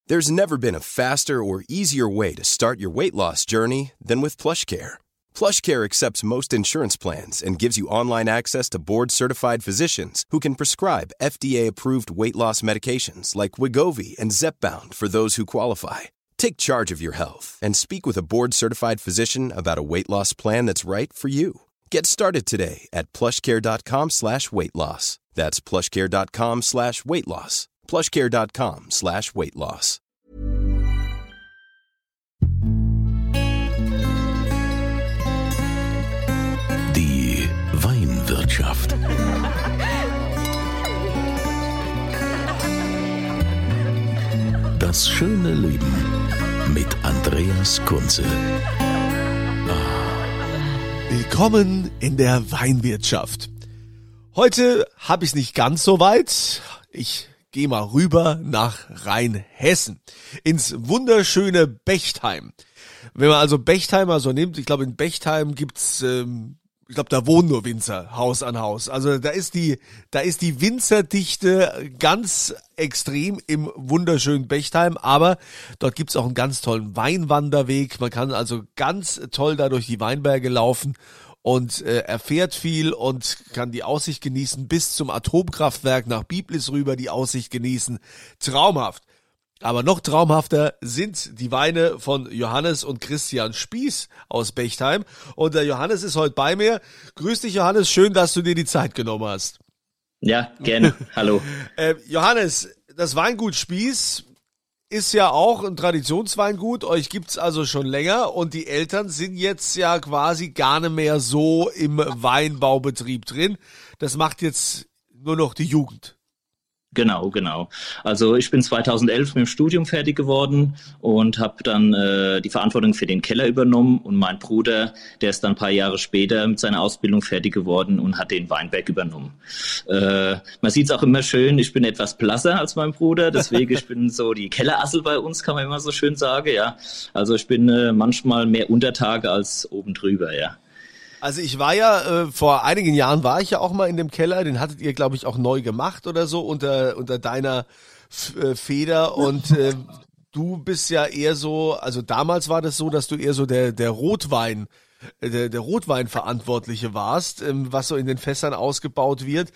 There's never been a faster or easier way to start your weight loss journey than with PlushCare. PlushCare accepts most insurance plans and gives you online access to board-certified physicians who can prescribe FDA-approved weight loss medications like Wegovy and Zepbound for those who qualify. Take charge of your health and speak with a board-certified physician about a weight loss plan that's right for you. Get started today at plushcare.com/weightloss. That's plushcare.com/weightloss. plushcare.com/weightloss. Die Weinwirtschaft. Das schöne Leben mit Andreas Kunze. Willkommen in der Weinwirtschaft. Heute habe ich es nicht ganz so weit. Ich gehe mal rüber nach Rheinhessen, ins wunderschöne Bechtheim. Wenn man also Bechtheim so nimmt, ich glaube in Bechtheim gibt's, ich glaube da wohnen nur Winzer, Haus an Haus. Also da ist die Winzerdichte ganz extrem im wunderschönen Bechtheim, aber dort gibt's auch einen ganz tollen Weinwanderweg. Man kann also ganz toll da durch die Weinberge laufen und erfährt viel und kann die Aussicht genießen, bis zum Atomkraftwerk nach Biblis rüber die Aussicht genießen. Traumhaft. Aber noch traumhafter sind die Weine von Johannes und Christian Spieß aus Bechtheim. Und der Johannes ist heute bei mir. Grüß dich, Johannes. Schön, dass du dir die Zeit genommen hast. Ja, gerne. Hallo. Johannes, das Weingut Spieß ist ja auch ein Traditionsweingut. Euch gibt's also schon länger. Und die Eltern sind jetzt ja quasi gar nicht mehr so im Weinbaubetrieb drin. Das macht jetzt nur noch die Jugend. Genau. Also ich bin 2011 mit dem Studium fertig geworden und habe dann die Verantwortung für den Keller übernommen und mein Bruder, der ist dann ein paar Jahre später mit seiner Ausbildung fertig geworden und hat den Weinberg übernommen. Man sieht es auch immer schön, ich bin etwas blasser als mein Bruder, deswegen ich bin so die Kellerassel bei uns, kann man immer so schön sagen, ja. Also ich bin manchmal mehr Untertage als oben drüber, ja. Also ich war ja, vor einigen Jahren war ich ja auch mal in dem Keller, den hattet ihr, glaube ich, auch neu gemacht oder so unter deiner Feder und du bist ja eher so, also damals war das so, dass du eher so der Rotwein, der Rotweinverantwortliche warst, was so in den Fässern ausgebaut wird.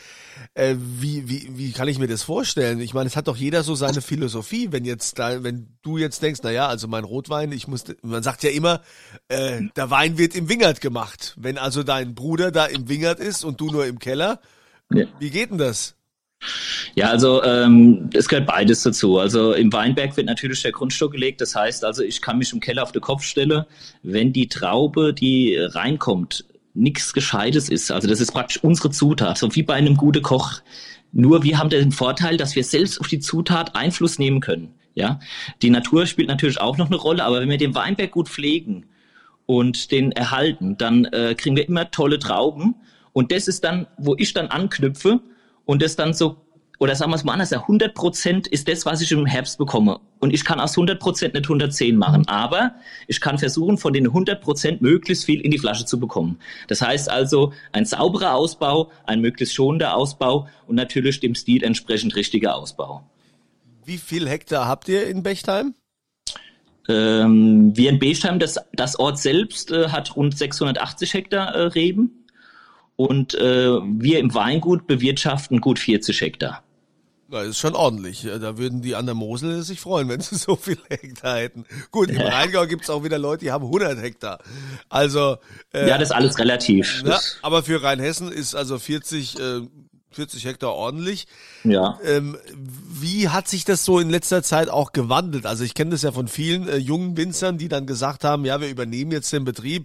Wie kann ich mir das vorstellen? Ich meine, es hat doch jeder so seine Philosophie, wenn du jetzt denkst, naja, also mein Rotwein, man sagt ja immer, der Wein wird im Wingert gemacht. Wenn also dein Bruder da im Wingert ist und du nur im Keller, ja. Wie geht denn das? Ja, also es gehört beides dazu. Also im Weinberg wird natürlich der Grundstock gelegt. Das heißt also, ich kann mich im Keller auf den Kopf stellen, wenn die Traube, die reinkommt, nichts Gescheites ist. Also das ist praktisch unsere Zutat, so wie bei einem guten Koch. Nur wir haben den Vorteil, dass wir selbst auf die Zutat Einfluss nehmen können. Ja, die Natur spielt natürlich auch noch eine Rolle, aber wenn wir den Weinberg gut pflegen und den erhalten, dann kriegen wir immer tolle Trauben. Und das ist dann, wo ich dann anknüpfe. Und das dann so, oder sagen wir es mal anders, 100% ist das, was ich im Herbst bekomme. Und ich kann aus 100% nicht 110 machen. Aber ich kann versuchen, von den 100% möglichst viel in die Flasche zu bekommen. Das heißt also, ein sauberer Ausbau, ein möglichst schonender Ausbau und natürlich dem Stil entsprechend richtiger Ausbau. Wie viel Hektar habt ihr in Bechtheim? Wir in Bechtheim, das Ort selbst hat rund 680 Hektar Reben. Und wir im Weingut bewirtschaften gut 40 Hektar. Das ist schon ordentlich. Da würden die an der Mosel sich freuen, wenn sie so viel Hektar hätten. Gut, im Rheingau gibt's auch wieder Leute, die haben 100 Hektar. Also ja, das ist alles relativ. Ja, aber für Rheinhessen ist also 40 Hektar ordentlich. Ja. Wie hat sich das so in letzter Zeit auch gewandelt? Also ich kenne das ja von vielen jungen Winzern, die dann gesagt haben, ja, wir übernehmen jetzt den Betrieb.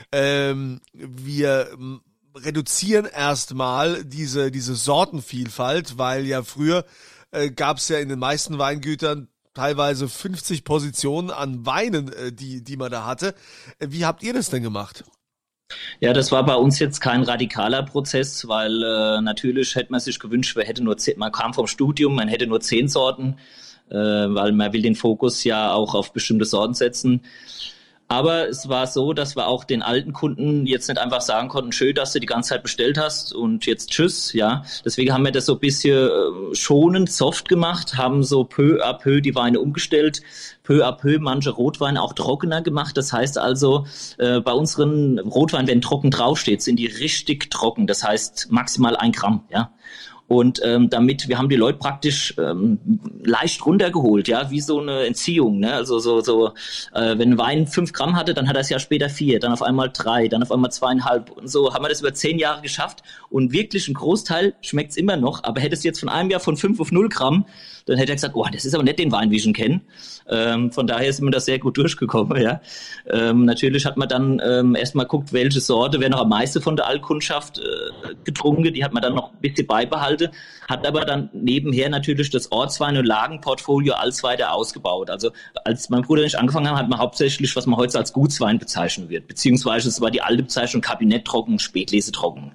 Wir reduzieren erstmal diese Sortenvielfalt, weil ja früher gab es ja in den meisten Weingütern teilweise 50 Positionen an Weinen, die man da hatte. Wie habt ihr das denn gemacht? Ja, das war bei uns jetzt kein radikaler Prozess, weil natürlich hätte man sich gewünscht, man kam vom Studium, man hätte nur 10 Sorten, weil man will den Fokus ja auch auf bestimmte Sorten setzen. Aber es war so, dass wir auch den alten Kunden jetzt nicht einfach sagen konnten, schön, dass du die ganze Zeit bestellt hast und jetzt tschüss, ja. Deswegen haben wir das so ein bisschen schonend, soft gemacht, haben so peu à peu die Weine umgestellt, peu à peu manche Rotweine auch trockener gemacht. Das heißt also, bei unseren Rotweinen, wenn trocken draufsteht, sind die richtig trocken. Das heißt maximal 1 Gramm, ja. Und damit, wir haben die Leute praktisch leicht runtergeholt, ja, wie so eine Entziehung, ne? Also wenn ein Wein 5 Gramm hatte, dann hat er es ja später 4, dann auf einmal 3, dann auf einmal 2,5 und so haben wir das über 10 Jahre geschafft und wirklich ein Großteil schmeckt's immer noch, aber hätte es jetzt von einem Jahr von 5 auf 0 Gramm, dann hätte er gesagt, oh, das ist aber nicht den Wein, wie ich ihn kenne. Von daher sind wir da sehr gut durchgekommen, ja. Natürlich hat man dann erstmal geguckt, welche Sorte wäre noch am meisten von der Altkundschaft getrunken, die hat man dann noch ein bisschen beibehalten, hat aber dann nebenher natürlich das Ortswein- und Lagenportfolio alles weiter ausgebaut. Also als mein Bruder und ich angefangen haben, hat man hauptsächlich, was man heute als Gutswein bezeichnen wird, beziehungsweise es war die alte Bezeichnung Kabinetttrocken, Spätlesetrocken.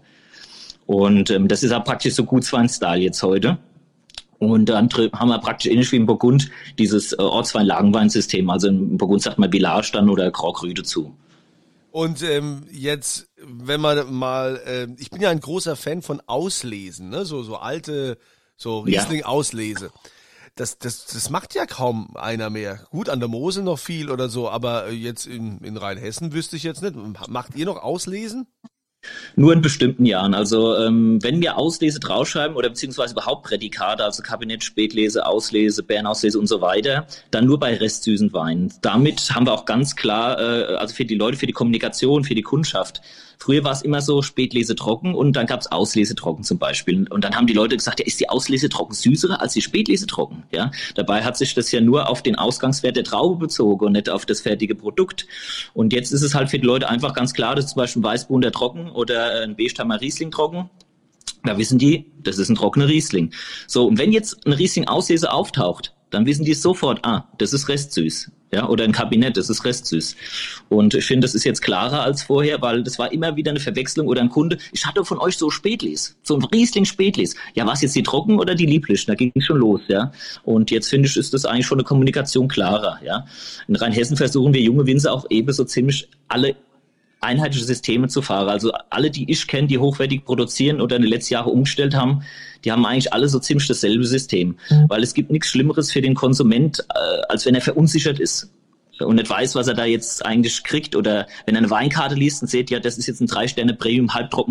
Und das ist ja praktisch so Gutswein-Style jetzt heute. Und dann haben wir praktisch ähnlich wie im Burgund dieses Ortswein-Lagenweinsystem. Also im Burgund sagt man Village dann oder Grand Cru dazu. Und jetzt, wenn man mal, ich bin ja ein großer Fan von Auslesen, ne? So alte, so Riesling-Auslese. Das macht ja kaum einer mehr. Gut, an der Mosel noch viel oder so, aber jetzt in Rheinhessen wüsste ich jetzt nicht. Macht ihr noch Auslesen? Nur in bestimmten Jahren. Also wenn wir Auslese draufschreiben oder beziehungsweise überhaupt Prädikate, also Kabinett, Spätlese, Auslese, Bärenauslese und so weiter, dann nur bei restsüßen Weinen. Damit haben wir auch ganz klar, also für die Leute, für die Kommunikation, für die Kundschaft. Früher war es immer so Spätlese trocken und dann gab es Auslese trocken zum Beispiel. Und dann haben die Leute gesagt, ja, ist die Auslese trocken süßere als die Spätlese trocken? Ja, dabei hat sich das ja nur auf den Ausgangswert der Traube bezogen und nicht auf das fertige Produkt. Und jetzt ist es halt für die Leute einfach ganz klar, dass zum Beispiel ein Weißburgunder trocken oder ein Beechtheimer Riesling trocken. Da wissen die, das ist ein trockener Riesling. So, und wenn jetzt ein Riesling-Auslese auftaucht, dann wissen die sofort, das ist restsüß. Ja, oder ein Kabinett, das ist restsüß. Und ich finde, das ist jetzt klarer als vorher, weil das war immer wieder eine Verwechslung oder ein Kunde, ich hatte von euch so Spätles, so ein Riesling-Spätles. Ja, was jetzt die trocken oder die lieblichen? Da ging es schon los, ja. Und jetzt finde ich, ist das eigentlich schon eine Kommunikation klarer, ja. In Rheinhessen versuchen wir junge Winzer auch ebenso ziemlich alle einheitliche Systeme zu fahren. Also alle, die ich kenne, die hochwertig produzieren oder in den letzten Jahren umgestellt haben, die haben eigentlich alle so ziemlich dasselbe System. Weil es gibt nichts Schlimmeres für den Konsument, als wenn er verunsichert ist und nicht weiß, was er da jetzt eigentlich kriegt. Oder wenn er eine Weinkarte liest und sieht, ja, das ist jetzt ein 3-Sterne-Premium halbtrocken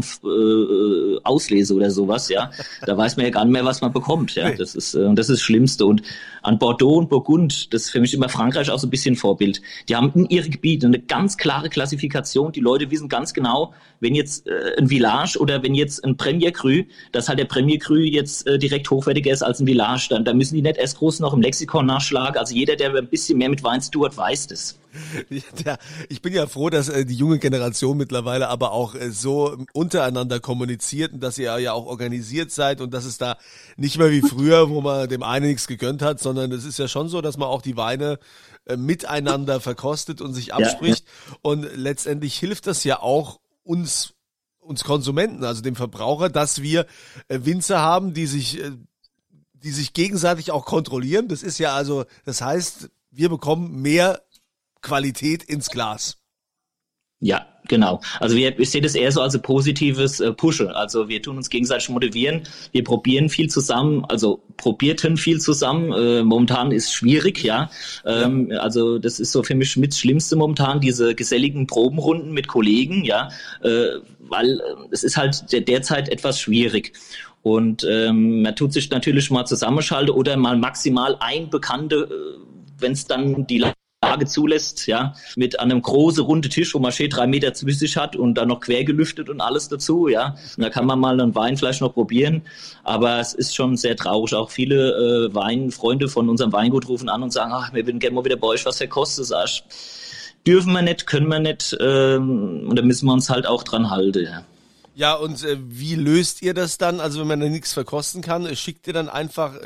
Auslese oder sowas, ja. Da weiß man ja gar nicht mehr, was man bekommt, ja. Das ist das Schlimmste. Und an Bordeaux und Burgund, das ist für mich immer Frankreich auch so ein bisschen Vorbild. Die haben in ihren Gebieten eine ganz klare Klassifikation. Die Leute wissen ganz genau, wenn jetzt ein Village oder wenn jetzt ein Premier Cru, dass halt der Premier Cru jetzt direkt hochwertiger ist als ein Village, dann da müssen die nicht erst groß noch im Lexikon nachschlagen. Also jeder, der ein bisschen mehr mit Wein zu tun hat, weiß das. Ja, ich bin ja froh, dass die junge Generation mittlerweile aber auch so untereinander kommuniziert und dass ihr ja auch organisiert seid und dass es da nicht mehr wie früher, wo man dem einen nichts gegönnt hat, sondern es ist ja schon so, dass man auch die Weine miteinander verkostet und sich abspricht. Ja. Und letztendlich hilft das ja auch uns Konsumenten, also dem Verbraucher, dass wir Winzer haben, die sich gegenseitig auch kontrollieren. Das ist ja also, das heißt, wir bekommen mehr Qualität ins Glas. Ja, genau. Also ich sehe das eher so als ein positives Pushen. Also wir tun uns gegenseitig motivieren. Wir probieren viel zusammen, also probierten viel zusammen. Momentan ist schwierig, ja. Also das ist so für mich mit das Schlimmste momentan, diese geselligen Probenrunden mit Kollegen, ja. Weil es ist halt derzeit etwas schwierig. Und man tut sich natürlich mal zusammenschalten oder mal maximal ein Bekannte, wenn es dann die Lage zulässt, ja, mit einem großen runden Tisch, wo man schön 3 Meter zwischen sich hat und dann noch quer gelüftet und alles dazu, ja. Und da kann man mal einen Wein vielleicht noch probieren, aber es ist schon sehr traurig. Auch viele Weinfreunde von unserem Weingut rufen an und sagen, wir würden gerne mal wieder bei euch was verkosten, sag ich. Dürfen wir nicht, können wir nicht, und da müssen wir uns halt auch dran halten, ja. Ja, und wie löst ihr das dann? Also wenn man da nichts verkosten kann, schickt ihr dann einfach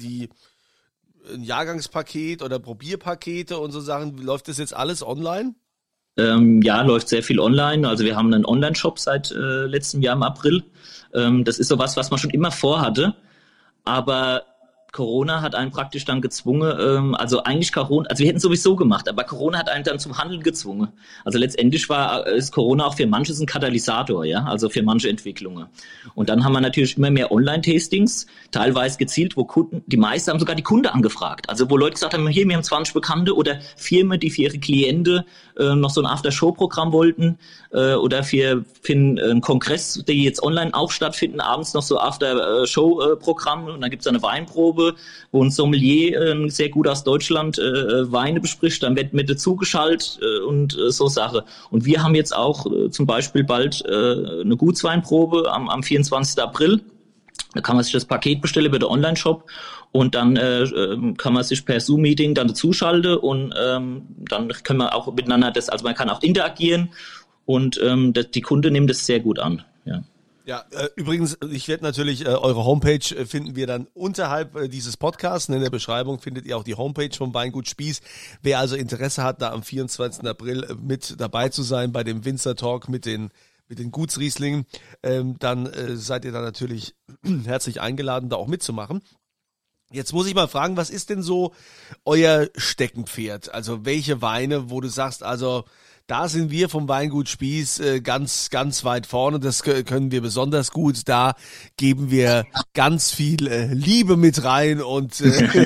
ein Jahrgangspaket oder Probierpakete und so Sachen? Läuft das jetzt alles online? Ja, läuft sehr viel online. Also wir haben einen Online-Shop seit letztem Jahr im April. Das ist sowas, was man schon immer vorhatte, aber Corona hat einen praktisch dann gezwungen, also wir hätten es sowieso gemacht, aber Corona hat einen dann zum Handeln gezwungen. Also letztendlich ist Corona auch für manches ein Katalysator, ja, also für manche Entwicklungen. Und dann haben wir natürlich immer mehr Online-Tastings, teilweise gezielt, wo Kunden, die meisten haben sogar die Kunden angefragt. Also wo Leute gesagt haben, hier, wir haben 20 Bekannte oder Firmen, die für ihre Klienten noch so ein After-Show-Programm wollten oder für einen Kongress, die jetzt online auch stattfinden, abends noch so After-Show-Programm und dann gibt's eine Weinprobe, wo ein Sommelier sehr gut aus Deutschland Weine bespricht, dann wird mit dazu geschaltet und so Sache. Und wir haben jetzt auch zum Beispiel bald eine Gutsweinprobe am 24. April. Da kann man sich das Paket bestellen über den Online-Shop und dann kann man sich per Zoom-Meeting dann dazuschalten und dann können wir auch miteinander also man kann auch interagieren und die Kunden nehmen das sehr gut an, ja. Ja, übrigens, ich werde natürlich eure Homepage finden wir dann unterhalb dieses Podcasts. In der Beschreibung findet ihr auch die Homepage vom Weingut Spies. Wer also Interesse hat, da am 24. April mit dabei zu sein bei dem Winzer Talk mit den Gutsrieslingen, dann seid ihr da natürlich herzlich eingeladen, da auch mitzumachen. Jetzt muss ich mal fragen, was ist denn so euer Steckenpferd? Also welche Weine, wo du sagst, also da sind wir vom Weingut Spies ganz, ganz weit vorne. Das können wir besonders gut. Da geben wir ganz viel Liebe mit rein und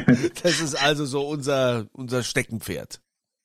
das ist also so unser Steckenpferd.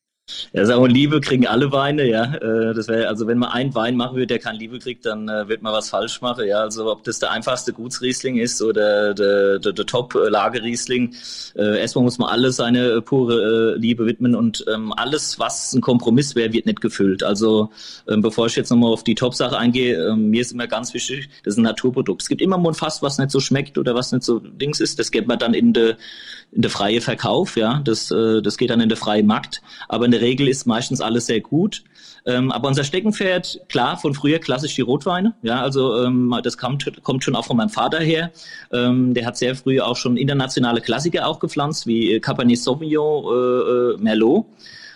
Ja, sagen wir, Liebe kriegen alle Weine, ja. Das wäre, also wenn man einen Wein machen würde, der keine Liebe kriegt, dann wird man was falsch machen, ja. Also ob das der einfachste Gutsriesling ist oder der Top-Lagerriesling, erstmal muss man alles seine pure Liebe widmen und alles, was ein Kompromiss wäre, wird nicht gefüllt. Also bevor ich jetzt nochmal auf die Top-Sache eingehe, mir ist immer ganz wichtig, das ist ein Naturprodukt. Es gibt immer mal ein Fass, was nicht so schmeckt oder was nicht so Dings ist, das geht man dann in der freie Verkauf, ja. Das geht dann in der freie Markt, aber in der Regel ist meistens alles sehr gut. Aber unser Steckenpferd, klar, von früher klassisch die Rotweine. Ja, also das kommt schon auch von meinem Vater her. Der hat sehr früh auch schon internationale Klassiker auch gepflanzt, wie Cabernet Sauvignon, Merlot.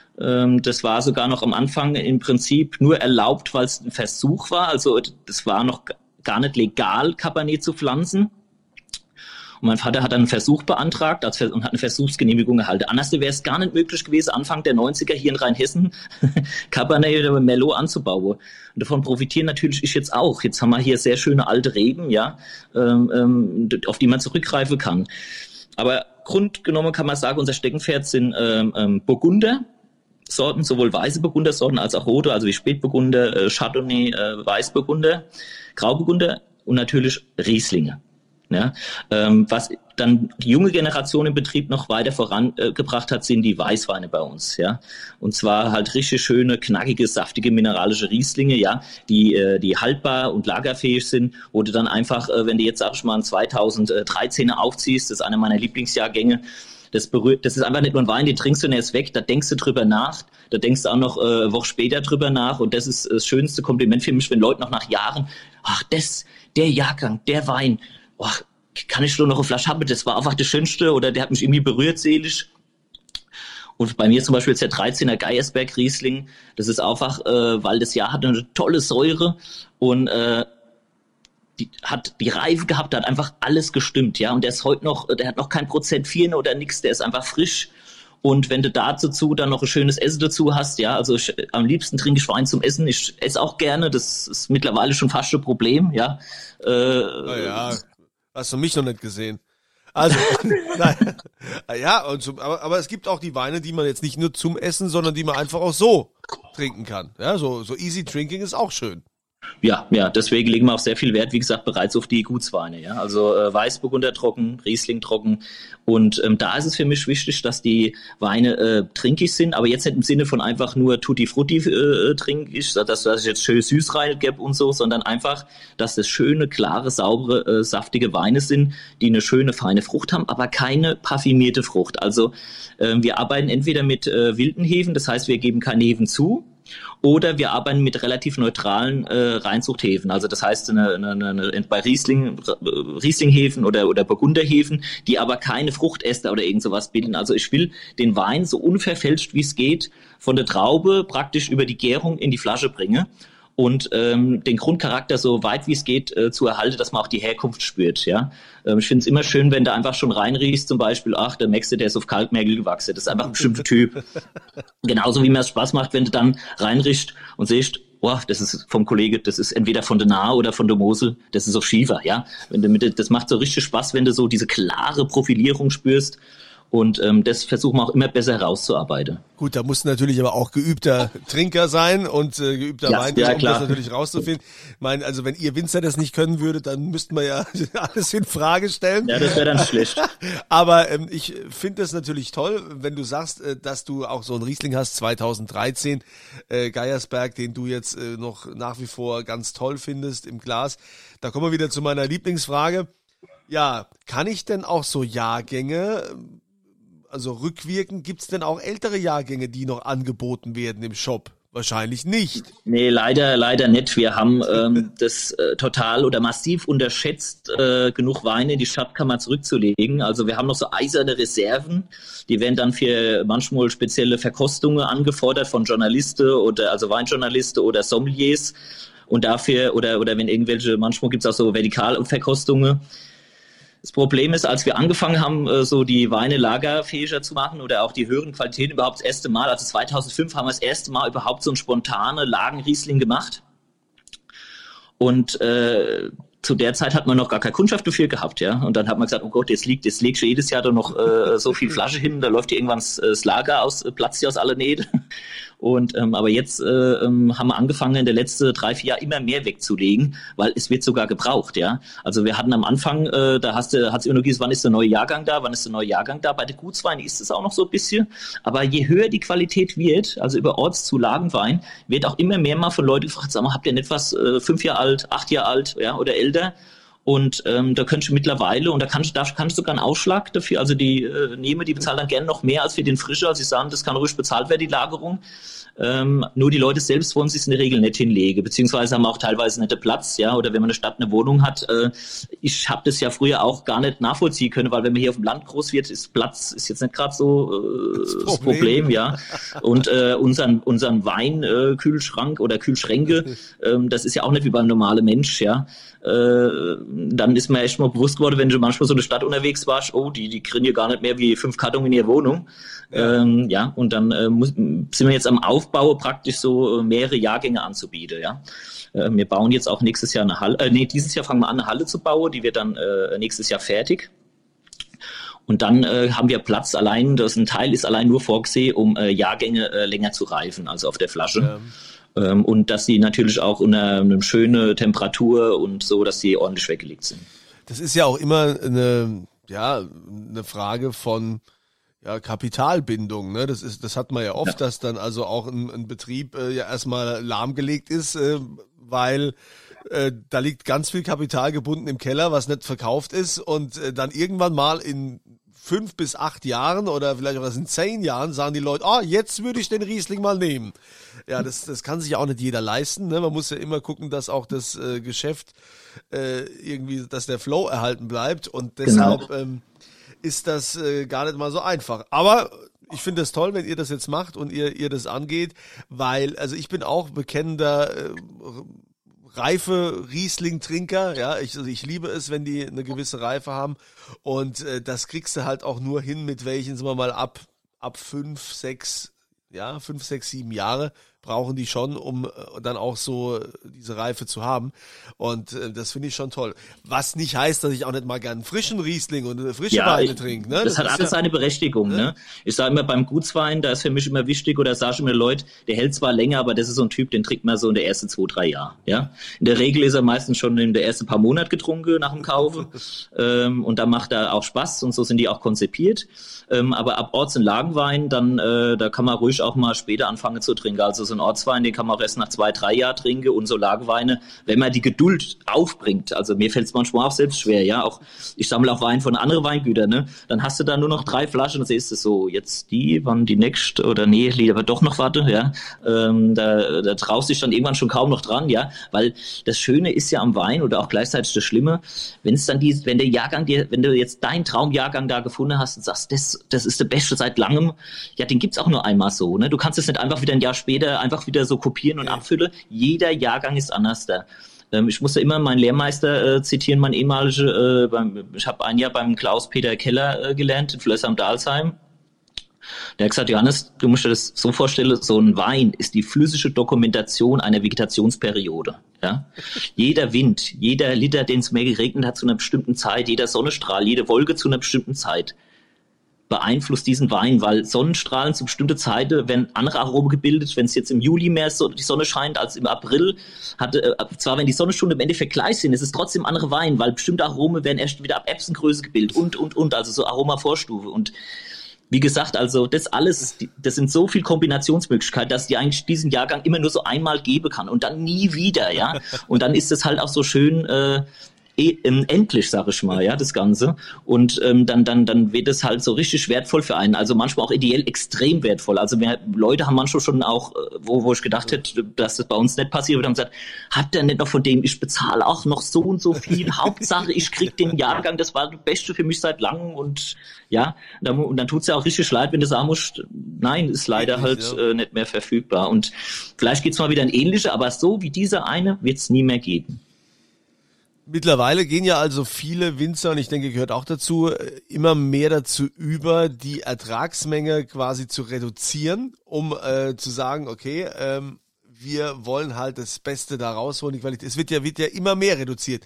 Das war sogar noch am Anfang im Prinzip nur erlaubt, weil es ein Versuch war. Also das war noch gar nicht legal, Cabernet zu pflanzen. Und mein Vater hat dann einen Versuch beantragt und hat eine Versuchsgenehmigung erhalten. Anders wäre es gar nicht möglich gewesen, Anfang der 90er hier in Rheinhessen Cabernet oder Merlot anzubauen. Und davon profitieren natürlich ich jetzt auch. Jetzt haben wir hier sehr schöne alte Reben, ja, auf die man zurückgreifen kann. Aber grundgenommen kann man sagen, unser Steckenpferd sind Burgunder. Sorten, sowohl weiße Burgundersorten als auch rote, also wie Spätburgunder, Chardonnay, Weißburgunder, Grauburgunder und natürlich Rieslinge. Ja, was dann die junge Generation im Betrieb noch weiter vorangebracht hat, sind die Weißweine bei uns, ja. Und zwar halt richtig schöne, knackige, saftige, mineralische Rieslinge, ja, die haltbar und lagerfähig sind, wo du dann einfach, wenn du jetzt, sag ich mal, einen 2013er aufziehst, das ist einer meiner Lieblingsjahrgänge, das ist einfach nicht nur ein Wein, den trinkst du und er ist weg, da denkst du drüber nach, da denkst du auch noch eine Woche später drüber nach und das ist das schönste Kompliment für mich, wenn Leute noch nach Jahren, der Jahrgang, der Wein, kann ich schon noch eine Flasche haben? Das war einfach das Schönste oder der hat mich irgendwie berührt seelisch. Und bei mir zum Beispiel jetzt der 13er Geiersberg Riesling, das ist einfach, weil das Jahr hat eine tolle Säure und die hat die Reife gehabt, da hat einfach alles gestimmt, ja. Und der ist heute noch, der hat noch kein Prozent 4 oder nix, der ist einfach frisch. Und wenn du dazu dann noch ein schönes Essen dazu hast, ja, also am liebsten trinke ich Wein zum Essen. Ich esse auch gerne, das ist mittlerweile schon fast ein Problem, ja. Naja, hast du mich noch nicht gesehen. Also, nein. Ja, aber es gibt auch die Weine, die man jetzt nicht nur zum Essen, sondern die man einfach auch so trinken kann. Ja, so easy drinking ist auch schön. Ja, deswegen legen wir auch sehr viel Wert, wie gesagt, bereits auf die Gutsweine, ja. Also Weißburgunder trocken, Riesling trocken. Und da ist es für mich wichtig, dass die Weine trinkig sind, aber jetzt nicht im Sinne von einfach nur Tutti Frutti trinkig, dass ich jetzt schön süß reingebe und so, sondern einfach, dass das schöne, klare, saubere, saftige Weine sind, die eine schöne, feine Frucht haben, aber keine parfümierte Frucht. Also wir arbeiten entweder mit wilden Hefen, das heißt, wir geben keine Hefen zu, oder wir arbeiten mit relativ neutralen Reinzuchthäfen. Also das heißt bei Rieslinghefen oder Burgunderhefen, die aber keine Fruchtäste oder irgend sowas bilden. Also ich will den Wein so unverfälscht wie es geht von der Traube praktisch über die Gärung in die Flasche bringen. und den Grundcharakter so weit wie es geht zu erhalten, dass man auch die Herkunft spürt. Ja, ich finde es immer schön, wenn du einfach schon reinriechst, zum Beispiel, ach, der Maxi, der ist auf Kalkmergel gewachsen, das ist einfach ein bestimmter Typ. Genauso wie mir es Spaß macht, wenn du dann reinriechst und siehst, oh, das ist vom Kollege, das ist entweder von der Nahe oder von der Mosel, das ist auf Schiefer, ja. Das macht so richtig Spaß, wenn du so diese klare Profilierung spürst. Und das versuchen wir auch immer besser herauszuarbeiten. Gut, da muss natürlich aber auch geübter Trinker sein und geübter Weintrinker, um das natürlich rauszufinden. Ich meine, also wenn ihr Winzer das nicht können würdet, dann müssten wir ja alles in Frage stellen. Ja, das wäre dann schlecht. Aber ich finde das natürlich toll, wenn du sagst, dass du auch so einen Riesling hast, 2013, Geiersberg, den du jetzt noch nach wie vor ganz toll findest im Glas. Da kommen wir wieder zu meiner Lieblingsfrage. Ja, kann ich denn auch so Jahrgänge, also rückwirkend, gibt's denn auch ältere Jahrgänge, die noch angeboten werden im Shop? Wahrscheinlich nicht. Nee, leider nicht. Wir haben das total oder massiv unterschätzt, genug Weine in die Schatzkammer zurückzulegen. Also wir haben noch so eiserne Reserven, die werden dann für manchmal spezielle Verkostungen angefordert von Journalisten oder also Weinjournalisten oder Sommeliers. Und dafür, oder wenn irgendwelche, manchmal gibt's auch so Vertikalverkostungen. Das Problem ist, als wir angefangen haben, so die Weine lagerfähiger zu machen oder auch die höheren Qualitäten überhaupt das erste Mal, also 2005 haben wir das erste Mal überhaupt so einen spontane Lagenriesling gemacht. Und zu der Zeit hat man noch gar keine Kundschaft dafür gehabt, ja. Und dann hat man gesagt, oh Gott, jetzt legst du jedes Jahr da noch so viel Flasche hin, da läuft dir irgendwann das Lager aus, platzt dir aus aller Nähte. Und aber jetzt haben wir angefangen, in den letzten 3-4 Jahren immer mehr wegzulegen, weil es wird sogar gebraucht, ja. Also wir hatten am Anfang, da hat's immer nur gesagt, wann ist der neue Jahrgang da, Bei der Gutswein ist es auch noch so ein bisschen. Aber je höher die Qualität wird, also über Orts- zu Lagenwein, wird auch immer mehr mal von Leuten gefragt, sag mal, habt ihr nicht was 5 Jahre alt, 8 Jahre alt, ja, oder älter? Und da könntest du mittlerweile, und da kannst du sogar einen Ausschlag dafür, also die bezahlen dann gerne noch mehr als für den Frische, also sie sagen, das kann ruhig bezahlt werden, die Lagerung. Nur die Leute selbst wollen sich in der Regel nicht hinlegen, beziehungsweise haben auch teilweise nicht den Platz, ja, oder wenn man in der Stadt eine Wohnung hat. Ich habe das ja früher auch gar nicht nachvollziehen können, weil wenn man hier auf dem Land groß wird, ist Platz ist jetzt nicht gerade so das Problem, ja. Und unseren Weinkühlschrank oder Kühlschränke, das ist ja auch nicht wie beim normalen Mensch, ja. Dann ist mir echt mal bewusst geworden, wenn du manchmal so eine Stadt unterwegs warst, oh, die kriegen ja gar nicht mehr wie 5 Kartons in ihrer Wohnung. Ja, und dann sind wir jetzt am Aufbau praktisch so mehrere Jahrgänge anzubieten, ja. Wir bauen jetzt auch nächstes Jahr eine Halle, dieses Jahr fangen wir an, eine Halle zu bauen, die wird dann nächstes Jahr fertig. Und dann haben wir Platz allein, ein Teil ist allein nur vorgesehen, um Jahrgänge länger zu reifen, also auf der Flasche. Ja. Und dass sie natürlich auch unter einer schönen Temperatur und so, dass sie ordentlich weggelegt sind. Das ist ja auch immer eine Frage von Kapitalbindung, ne? Das hat man ja oft, dass dann also auch ein Betrieb ja erstmal lahmgelegt ist, weil da liegt ganz viel Kapital gebunden im Keller, was nicht verkauft ist und dann irgendwann mal in 5 bis 8 Jahren oder vielleicht auch in 10 Jahren sagen die Leute, jetzt würde ich den Riesling mal nehmen. Ja, das kann sich auch nicht jeder leisten, ne? Man muss ja immer gucken, dass auch das Geschäft irgendwie, dass der Flow erhalten bleibt und deshalb ist das gar nicht mal so einfach. Aber ich finde es toll, wenn ihr das jetzt macht und ihr das angeht, weil, also ich bin auch bekennender reife Riesling-Trinker, ja, ich liebe es, wenn die eine gewisse Reife haben und das kriegst du halt auch nur hin, mit welchen, sagen wir mal, ab 5, 6, 7 Jahre brauchen die schon, um dann auch so diese Reife zu haben. Und das finde ich schon toll. Was nicht heißt, dass ich auch nicht mal gern einen frischen Riesling und frische Weine trinke. Ne? Das hat alles seine Berechtigung. Ne? Ich sage immer, beim Gutswein, da ist für mich immer wichtig, oder sage ich mir, Leute, der hält zwar länger, aber das ist so ein Typ, den trinkt man so in der ersten 2-3 Jahre. Ja? In der Regel ist er meistens schon in der ersten paar Monate getrunken nach dem Kaufen. Und da macht er auch Spaß und so sind die auch konzipiert. Aber ab Orts- und Lagenwein, dann da kann man ruhig auch mal später anfangen zu trinken. Also so ein Ortswein, den kann man auch erst nach 2-3 Jahren trinken und so Lagenweine, wenn man die Geduld aufbringt. Also mir fällt es manchmal auch selbst schwer, ja. Auch ich sammle auch Wein von anderen Weingütern, ne? Dann hast du da nur noch 3 Flaschen und siehst du so, jetzt die, wann die nächste oder nee, lieber doch noch warte, ja. Da traust du dich dann irgendwann schon kaum noch dran, ja. Weil das Schöne ist ja am Wein oder auch gleichzeitig das Schlimme, wenn du jetzt deinen Traumjahrgang da gefunden hast und sagst, das ist der beste seit langem, ja, den gibt's auch nur einmal so, ne? Du kannst es nicht einfach wieder ein Jahr später einfach wieder so kopieren und abfülle. Jeder Jahrgang ist anders da. Ich musste immer meinen Lehrmeister zitieren, mein ehemaliger, ich habe ein Jahr beim Klaus-Peter Keller gelernt, in Flößheim Dalsheim. Der hat gesagt, Johannes, du musst dir das so vorstellen, so ein Wein ist die flüssige Dokumentation einer Vegetationsperiode. Ja? Jeder Wind, jeder Liter, den es mehr geregnet hat zu einer bestimmten Zeit, jeder Sonnenstrahl, jede Wolke zu einer bestimmten Zeit beeinflusst diesen Wein, weil Sonnenstrahlen zu bestimmten Zeiten werden andere Aromen gebildet. Wenn es jetzt im Juli mehr so die Sonne scheint als im April, zwar wenn die Sonnenstunden im Endeffekt gleich sind, ist es trotzdem andere Wein, weil bestimmte Aromen werden erst wieder ab Epsengröße gebildet und, also so Aromavorstufe. Und wie gesagt, also das alles, das sind so viele Kombinationsmöglichkeiten, dass die eigentlich diesen Jahrgang immer nur so einmal geben kann und dann nie wieder, ja. Und dann ist es halt auch so schön endlich, sag ich mal, ja, das Ganze. Und dann wird es halt so richtig wertvoll für einen. Also manchmal auch ideell extrem wertvoll. Also Leute haben manchmal schon auch, wo ich gedacht hätte, dass das bei uns nicht passiert wird, haben gesagt, habt ihr nicht noch von dem, ich bezahle auch noch so und so viel. Hauptsache, ich krieg den Jahrgang, das war das Beste für mich seit langem. Und ja, und dann tut's ja auch richtig leid, wenn du sagen musst, nein, ist leider halt nicht mehr verfügbar. Und vielleicht geht's mal wieder in ähnliche, aber so wie dieser eine wird's nie mehr geben. Mittlerweile gehen ja also viele Winzer, und ich denke, gehört auch dazu, immer mehr dazu über, die Ertragsmenge quasi zu reduzieren, um zu sagen, okay, wir wollen halt das Beste da rausholen, die Qualität. Es wird ja immer mehr reduziert.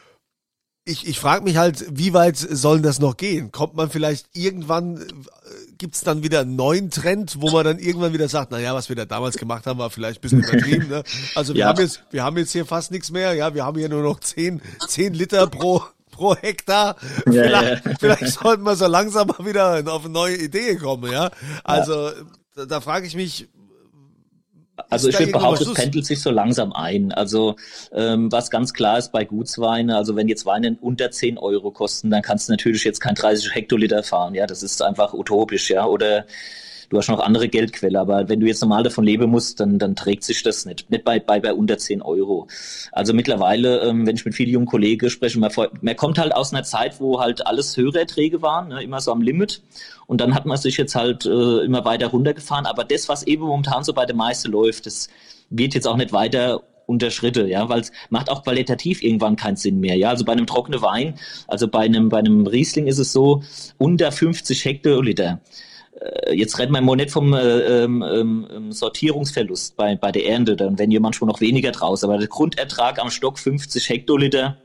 Ich frage mich halt, wie weit soll das noch gehen? Kommt man vielleicht irgendwann, gibt's dann wieder einen neuen Trend, wo man dann irgendwann wieder sagt, naja, was wir da damals gemacht haben, war vielleicht ein bisschen übertrieben, ne? Also wir haben jetzt hier fast nichts mehr, ja, wir haben hier nur noch 10 Liter pro Hektar. Vielleicht sollten wir so langsam mal wieder auf eine neue Idee kommen, ja? Also da frage ich mich, also ich würde behaupten, es pendelt sich so langsam ein. Also was ganz klar ist bei Gutsweine, also wenn jetzt Weine unter 10 Euro kosten, dann kannst du natürlich jetzt kein 30 Hektoliter fahren. Ja, das ist einfach utopisch, ja. Oder du hast noch andere Geldquelle, aber wenn du jetzt normal davon leben musst, dann trägt sich das nicht. Nicht bei unter 10 Euro. Also mittlerweile, wenn ich mit vielen jungen Kollegen spreche, man kommt halt aus einer Zeit, wo halt alles höhere Erträge waren, ne, immer so am Limit. Und dann hat man sich jetzt halt immer weiter runtergefahren. Aber das, was eben momentan so bei der meisten läuft, das wird jetzt auch nicht weiter unterschritten, ja, weil es macht auch qualitativ irgendwann keinen Sinn mehr, ja. Also bei einem trockenen Wein, also bei einem Riesling ist es so, unter 50 Hektoliter. Jetzt reden wir mal nicht vom Sortierungsverlust bei der Ernte, dann werden ja manchmal noch weniger draus, aber der Grundertrag am Stock 50 Hektoliter,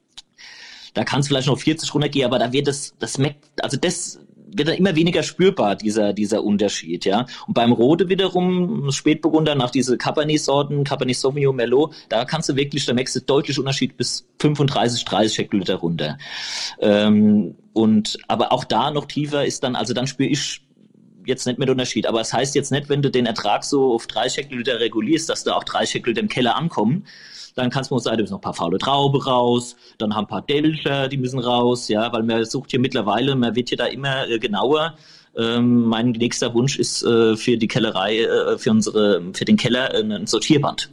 da kann es vielleicht noch 40 runtergehen, aber da wird das wird dann immer weniger spürbar, dieser Unterschied, ja. Und beim Rode wiederum, Spätburgunder, nach diese Cabernet-Sorten, Cabernet Sauvignon, Merlot, da kannst du wirklich, da merkst du deutlich Unterschied bis 35, 30 Hektoliter runter. Aber auch da noch tiefer ist dann, also dann spüre ich jetzt nicht mehr den Unterschied. Aber es heißt jetzt nicht, wenn du den Ertrag so auf 30 Hektoliter regulierst, dass da auch 30 Hektoliter im Keller ankommen. Dann kannst du sagen, du hast noch ein paar faule Trauben raus, dann haben ein paar Dälcher, die müssen raus, ja, weil man sucht hier mittlerweile, man wird hier da immer genauer. Mein nächster Wunsch ist für die Kellerei, für den Keller ein Sortierband.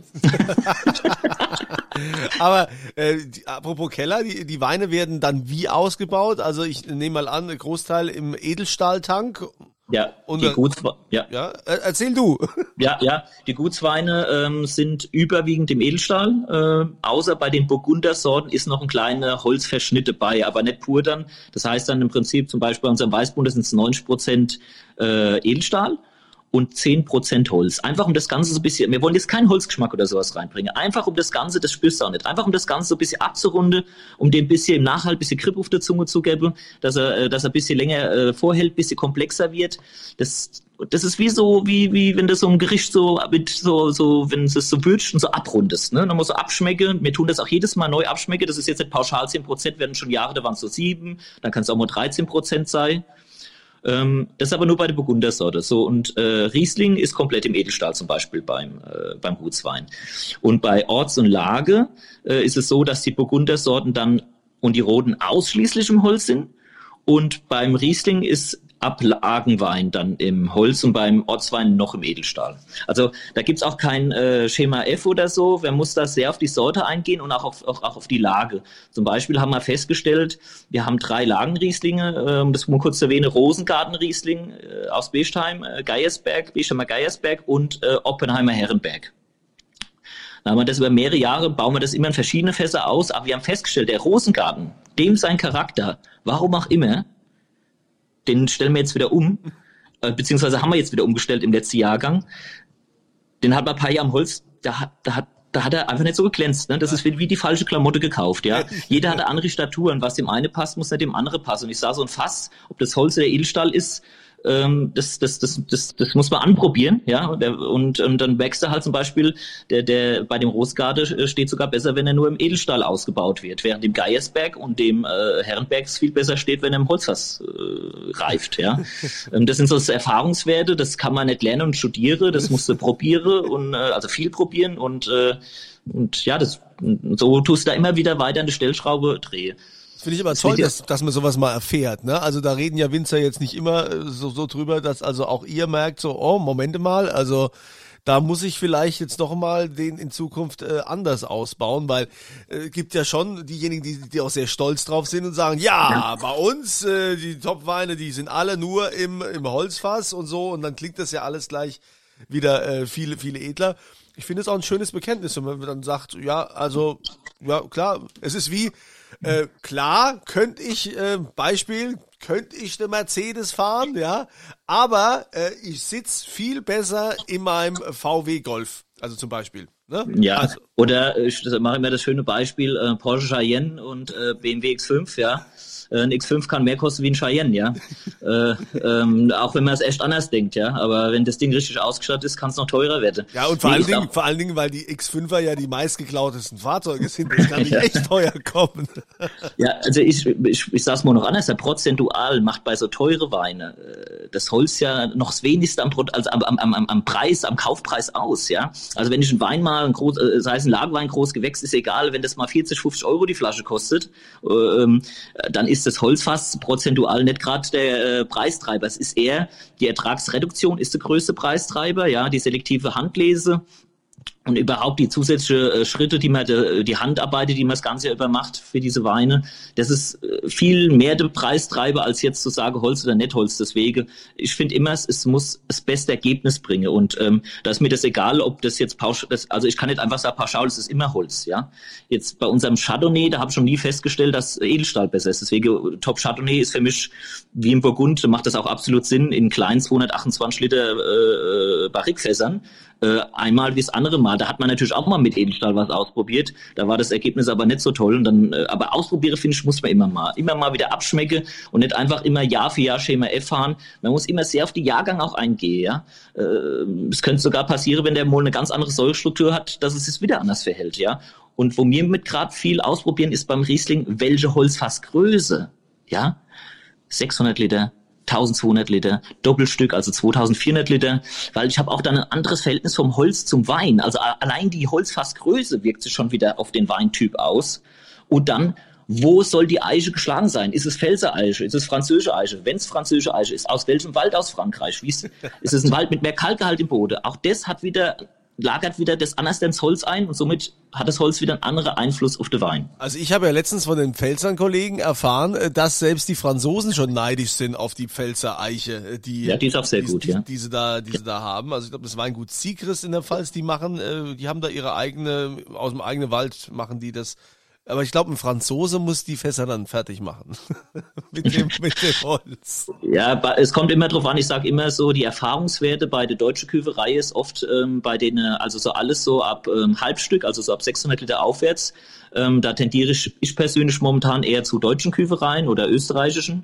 Aber apropos Keller, die Weine werden dann wie ausgebaut? Also ich nehme mal an, Großteil im Edelstahltank. Ja, erzähl du. Ja, die Gutsweine sind überwiegend im Edelstahl, außer bei den Burgundersorten ist noch ein kleiner Holzverschnitt dabei, aber nicht pur dann. Das heißt dann im Prinzip zum Beispiel bei unserem Weißburgunder sind es 90% Edelstahl und 10% Holz. Einfach um das Ganze so ein bisschen, wir wollen jetzt keinen Holzgeschmack oder sowas reinbringen, einfach um das Ganze, das spürst du auch nicht, einfach um das Ganze so ein bisschen abzurunden, um dem bisschen im Nachhalt ein bisschen Grip auf der Zunge zu geben, dass er ein bisschen länger vorhält, ein bisschen komplexer wird. Das ist wie wenn du so ein Gericht so wenn du es so würzt und so abrundest, ne? Dann musst du abschmecken. Wir tun das auch jedes Mal neu abschmecken. Das ist jetzt nicht pauschal 10%, werden schon Jahre, da waren es so 7, dann kann es auch mal 13% sein. Das ist aber nur bei der Burgundersorte. So, und Riesling ist komplett im Edelstahl zum Beispiel beim Gutswein. Und bei Orts und Lage ist es so, dass die Burgundersorten dann und die Roten ausschließlich im Holz sind. Und beim Riesling ist Ablagenwein dann im Holz und beim Ortswein noch im Edelstahl. Also da gibt's auch kein Schema F oder so. Man muss da sehr auf die Sorte eingehen und auch auf die Lage. Zum Beispiel haben wir festgestellt, wir haben 3 Lagenrieslinge, das muss man kurz erwähnen, Rosengarten-Riesling aus Bechtheim, Bechheimer Geiersberg und Oppenheimer Herrenberg. Da haben wir das über mehrere Jahre, bauen wir das immer in verschiedene Fässer aus, aber wir haben festgestellt, der Rosengarten, dem sein Charakter, warum auch immer, den stellen wir jetzt wieder um, beziehungsweise haben wir jetzt wieder umgestellt im letzten Jahrgang. Den hat man ein paar Jahre am Holz, da hat er einfach nicht so geglänzt. Ne? Das ist wie die falsche Klamotte gekauft. Ja, jeder hatte andere Staturen. Was dem eine passt, muss nicht dem andere passen. Und ich sah so ein Fass, ob das Holz oder Edelstahl ist, das muss man anprobieren, ja, und dann wächst er halt zum Beispiel, der bei dem Rosengarten steht sogar besser, wenn er nur im Edelstahl ausgebaut wird, während dem Geiersberg und dem Herrenberg es viel besser steht, wenn er im Holzfass reift, ja. Das sind so Erfahrungswerte, das kann man nicht lernen und studieren, das musst du probieren und also viel probieren und ja, so tust du da immer wieder weiter an der Stellschraube drehen. Finde ich aber toll, dass man sowas mal erfährt, ne? Also da reden ja Winzer jetzt nicht immer so drüber, dass also auch ihr merkt so, oh, Momente mal, also da muss ich vielleicht jetzt noch mal den in Zukunft anders ausbauen, weil gibt ja schon diejenigen, die auch sehr stolz drauf sind und sagen, ja, bei uns die Top-Weine, die sind alle nur im Holzfass und so und dann klingt das ja alles gleich wieder viele edler. Ich finde es auch ein schönes Bekenntnis, wenn man dann sagt, ja, also, ja, klar, es ist wie, klar, könnte ich den Mercedes fahren, ja, aber ich sitze viel besser in meinem VW Golf, also zum Beispiel. Ne? Ja, also. Oder ich mache immer das schöne Beispiel, Porsche Cayenne und BMW X5, ja. Ein X5 kann mehr kosten wie ein Cheyenne, ja. Auch wenn man es echt anders denkt, ja. Aber wenn das Ding richtig ausgestattet ist, kann es noch teurer werden. Ja, und vor allen Dingen, weil die X5er ja die meistgeklautesten Fahrzeuge sind, das kann nicht echt teuer kommen. Ja, also ich sag's mal noch anders, der prozentual macht bei so teure Weine das Holz ja noch das wenigste am Preis, am Kaufpreis aus, ja. Also wenn ich einen Wein mal, sei es ein Lagenwein, groß Gewächs, ist egal, wenn das mal 40, 50 Euro die Flasche kostet, dann ist das Holzfass prozentual nicht gerade der Preistreiber. Es ist eher die Ertragsreduktion ist der größte Preistreiber, ja, die selektive Handlese und überhaupt die zusätzlichen Schritte, die Handarbeit, die man das ganze Jahr über macht für diese Weine, das ist viel mehr der Preistreiber, als jetzt zu sagen Holz oder nicht Holz. Deswegen, ich finde immer, es muss das beste Ergebnis bringen und da ist mir das egal, ob das jetzt also ich kann nicht einfach sagen pauschal, es ist immer Holz, ja. Jetzt bei unserem Chardonnay, da habe ich schon nie festgestellt, dass Edelstahl besser ist. Deswegen Top Chardonnay ist für mich wie im Burgund, macht das auch absolut Sinn, in kleinen 228 Liter Barrikfässern einmal wie das andere Mal. Da hat man natürlich auch mal mit Edelstahl was ausprobiert. Da war das Ergebnis aber nicht so toll. Und dann, aber ausprobieren, finde ich, muss man immer mal wieder abschmecken und nicht einfach immer Jahr für Jahr Schema F fahren. Man muss immer sehr auf die Jahrgang auch eingehen. Ja? Es könnte sogar passieren, wenn der Mol eine ganz andere Säurestruktur hat, dass es sich wieder anders verhält. Ja? Und wo wir mit gerade viel ausprobieren, ist beim Riesling, welche Holzfassgröße. Ja? 600 Liter, 1200 Liter, Doppelstück, also 2400 Liter, weil ich habe auch dann ein anderes Verhältnis vom Holz zum Wein. Also allein die Holzfassgröße wirkt sich schon wieder auf den Weintyp aus. Und dann, wo soll die Eiche geschlagen sein? Ist es Pfälzer Eiche? Ist es französische Eiche? Wenn es französische Eiche ist, aus welchem Wald aus Frankreich? Ist es ein Wald mit mehr Kalkgehalt im Boden? Auch das lagert wieder das anders ins Holz ein und somit hat das Holz wieder einen anderen Einfluss auf den Wein. Also ich habe ja letztens von den Pfälzern-Kollegen erfahren, dass selbst die Franzosen schon neidisch sind auf die Pfälzer Eiche, die ist auch sehr gut, die sie da haben. Also ich glaube, das Weingut Siegrist in der Pfalz, die haben da ihre eigene, aus dem eigenen Wald machen die das. Aber ich glaube, ein Franzose muss die Fässer dann fertig machen. mit dem Holz. Ja, es kommt immer drauf an. Ich sage immer so, die Erfahrungswerte bei der deutschen Küverei ist oft bei denen, also so alles so ab Halbstück, also so ab 600 Liter aufwärts. Da tendiere ich persönlich momentan eher zu deutschen Küvereien oder österreichischen.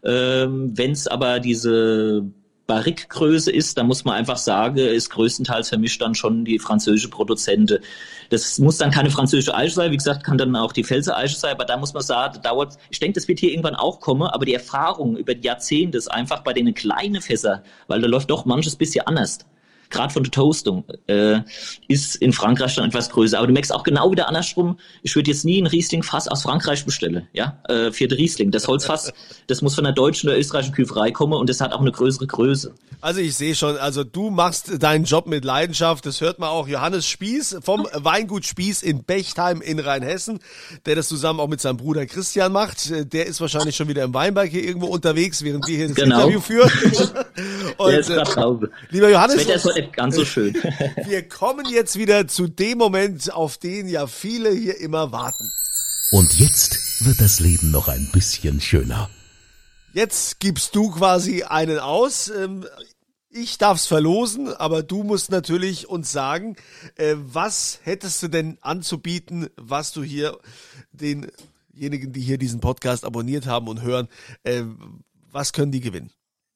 Wenn es aber diese Barrikgröße ist, da muss man einfach sagen, ist größtenteils vermischt dann schon die französische Produzente. Das muss dann keine französische Eiche sein, wie gesagt, kann dann auch die Pfälzer Eiche sein, aber da muss man sagen, ich denke, das wird hier irgendwann auch kommen, aber die Erfahrung über die Jahrzehnte ist einfach bei den kleinen Fässern, weil da läuft doch manches bisschen anders. Grad von der Toastung, ist in Frankreich dann etwas größer. Aber du merkst auch genau wieder andersrum, ich würde jetzt nie ein Riesling-Fass aus Frankreich bestellen, ja, für den Riesling. Das Holzfass, das muss von der deutschen oder österreichischen Küferei kommen und das hat auch eine größere Größe. Also ich sehe schon, also du machst deinen Job mit Leidenschaft, das hört man auch. Johannes Spieß vom Weingut Spieß in Bechtheim in Rheinhessen, der das zusammen auch mit seinem Bruder Christian macht. Der ist wahrscheinlich schon wieder im Weinberg hier irgendwo unterwegs, während wir hier das Interview führen. Und, der ist gerade Hause. Lieber Johannes, das Wetter ist heute nicht ganz so schön. Wir kommen jetzt wieder zu dem Moment, auf den ja viele hier immer warten. Und jetzt wird das Leben noch ein bisschen schöner. Jetzt gibst du quasi einen aus. Ich darf's verlosen, aber du musst natürlich uns sagen, was hättest du denn anzubieten, was du hier denjenigen, die hier diesen Podcast abonniert haben und hören, was können die gewinnen?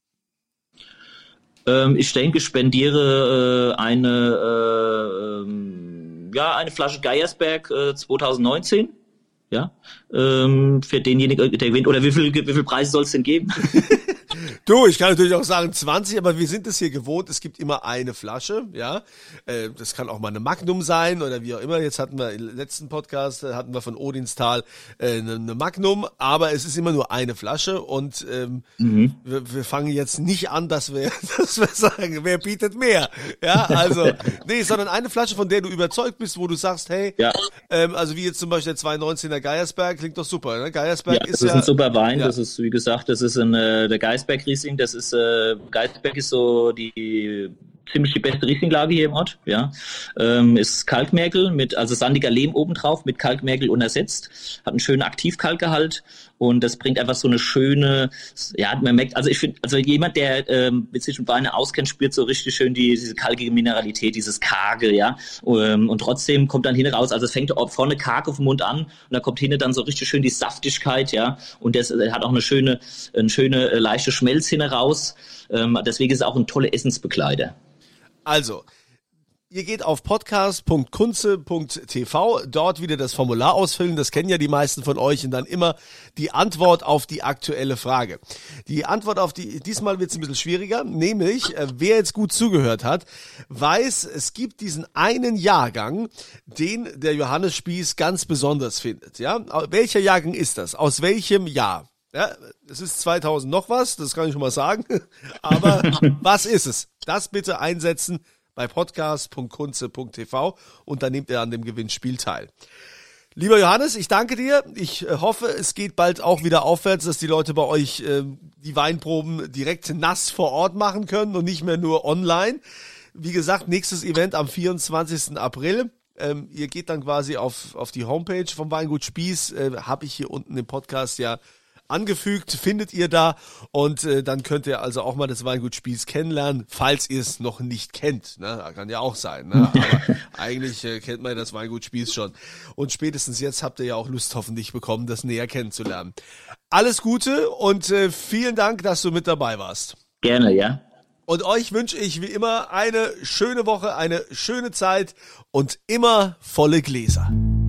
Ich denke, ich spendiere eine Flasche Geiersberg 2019. Ja, für denjenigen, der gewinnt. Oder wie viel Preise soll es denn geben? Du, ich kann natürlich auch sagen 20, aber wir sind es hier gewohnt, es gibt immer eine Flasche, ja. Das kann auch mal eine Magnum sein oder wie auch immer. Jetzt hatten wir im letzten Podcast, von Odinsthal eine Magnum, aber es ist immer nur eine Flasche und wir fangen jetzt nicht an, dass wir sagen, wer bietet mehr? Ja, also, nee, sondern eine Flasche, von der du überzeugt bist, wo du sagst, hey, ja. Also wie jetzt zum Beispiel der 219er Geiersberg, klingt doch super, ne? Geiersberg ist ein super Wein, das ist, wie gesagt, das ist der Geiersberg Riesling, das ist, Geiersberg ist so ziemlich die beste Rieslinglage hier im Ort, ja. Ist Kalkmergel also sandiger Lehm obendrauf, mit Kalkmergel untersetzt, hat einen schönen Aktivkalkgehalt und das bringt einfach so eine schöne, ja, man merkt, also ich finde, also jemand, der mit sich mit Weinen auskennt, spürt so richtig schön diese kalkige Mineralität, dieses Karge, ja, und trotzdem kommt dann hinten raus, also es fängt vorne karg auf dem Mund an und da kommt hinten dann so richtig schön die Saftigkeit, ja, und das hat auch eine schöne leichte Schmelz hinten raus, deswegen ist es auch ein toller Essensbegleiter. Also, ihr geht auf podcast.kunze.tv, dort wieder das Formular ausfüllen, das kennen ja die meisten von euch, und dann immer die Antwort auf die aktuelle Frage. Die Antwort diesmal wird es ein bisschen schwieriger, nämlich, wer jetzt gut zugehört hat, weiß, es gibt diesen einen Jahrgang, den der Johannes Spieß ganz besonders findet. Ja, welcher Jahrgang ist das? Aus welchem Jahr? Ja, es ist 2000 noch was, das kann ich schon mal sagen. Aber was ist es? Das bitte einsetzen bei podcast.kunze.tv und dann nehmt ihr an dem Gewinnspiel teil. Lieber Johannes, ich danke dir. Ich hoffe, es geht bald auch wieder aufwärts, dass die Leute bei euch die Weinproben direkt nass vor Ort machen können und nicht mehr nur online. Wie gesagt, nächstes Event am 24. April. Ihr geht dann quasi auf die Homepage vom Weingut Spieß, habe ich hier unten im Podcast ja angefügt, findet ihr da, und dann könnt ihr also auch mal das Weingut Spieß kennenlernen, falls ihr es noch nicht kennt. Ne? Kann ja auch sein, ne? Aber eigentlich kennt man ja das Weingut Spieß schon. Und spätestens jetzt habt ihr ja auch Lust hoffentlich bekommen, das näher kennenzulernen. Alles Gute und vielen Dank, dass du mit dabei warst. Gerne, ja. Und euch wünsche ich wie immer eine schöne Woche, eine schöne Zeit und immer volle Gläser.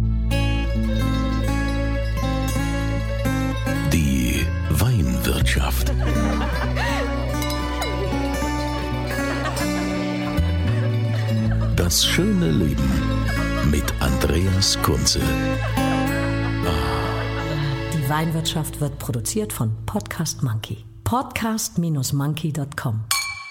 Weinwirtschaft. Das schöne Leben mit Andreas Kunze. Die Weinwirtschaft wird produziert von Podcast Monkey. Podcast-monkey.com.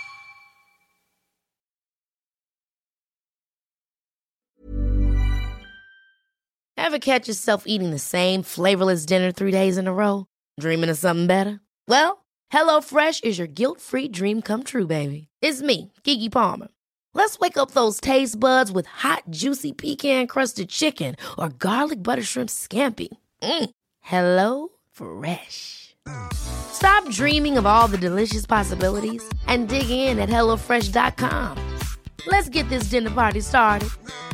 Ever catch yourself eating the same flavorless dinner 3 days in a row? Dreaming of something better? Well, HelloFresh is your guilt-free dream come true, baby. It's me, Keke Palmer. Let's wake up those taste buds with hot, juicy pecan-crusted chicken or garlic butter shrimp scampi. Hello Fresh. Stop dreaming of all the delicious possibilities and dig in at HelloFresh.com. Let's get this dinner party started.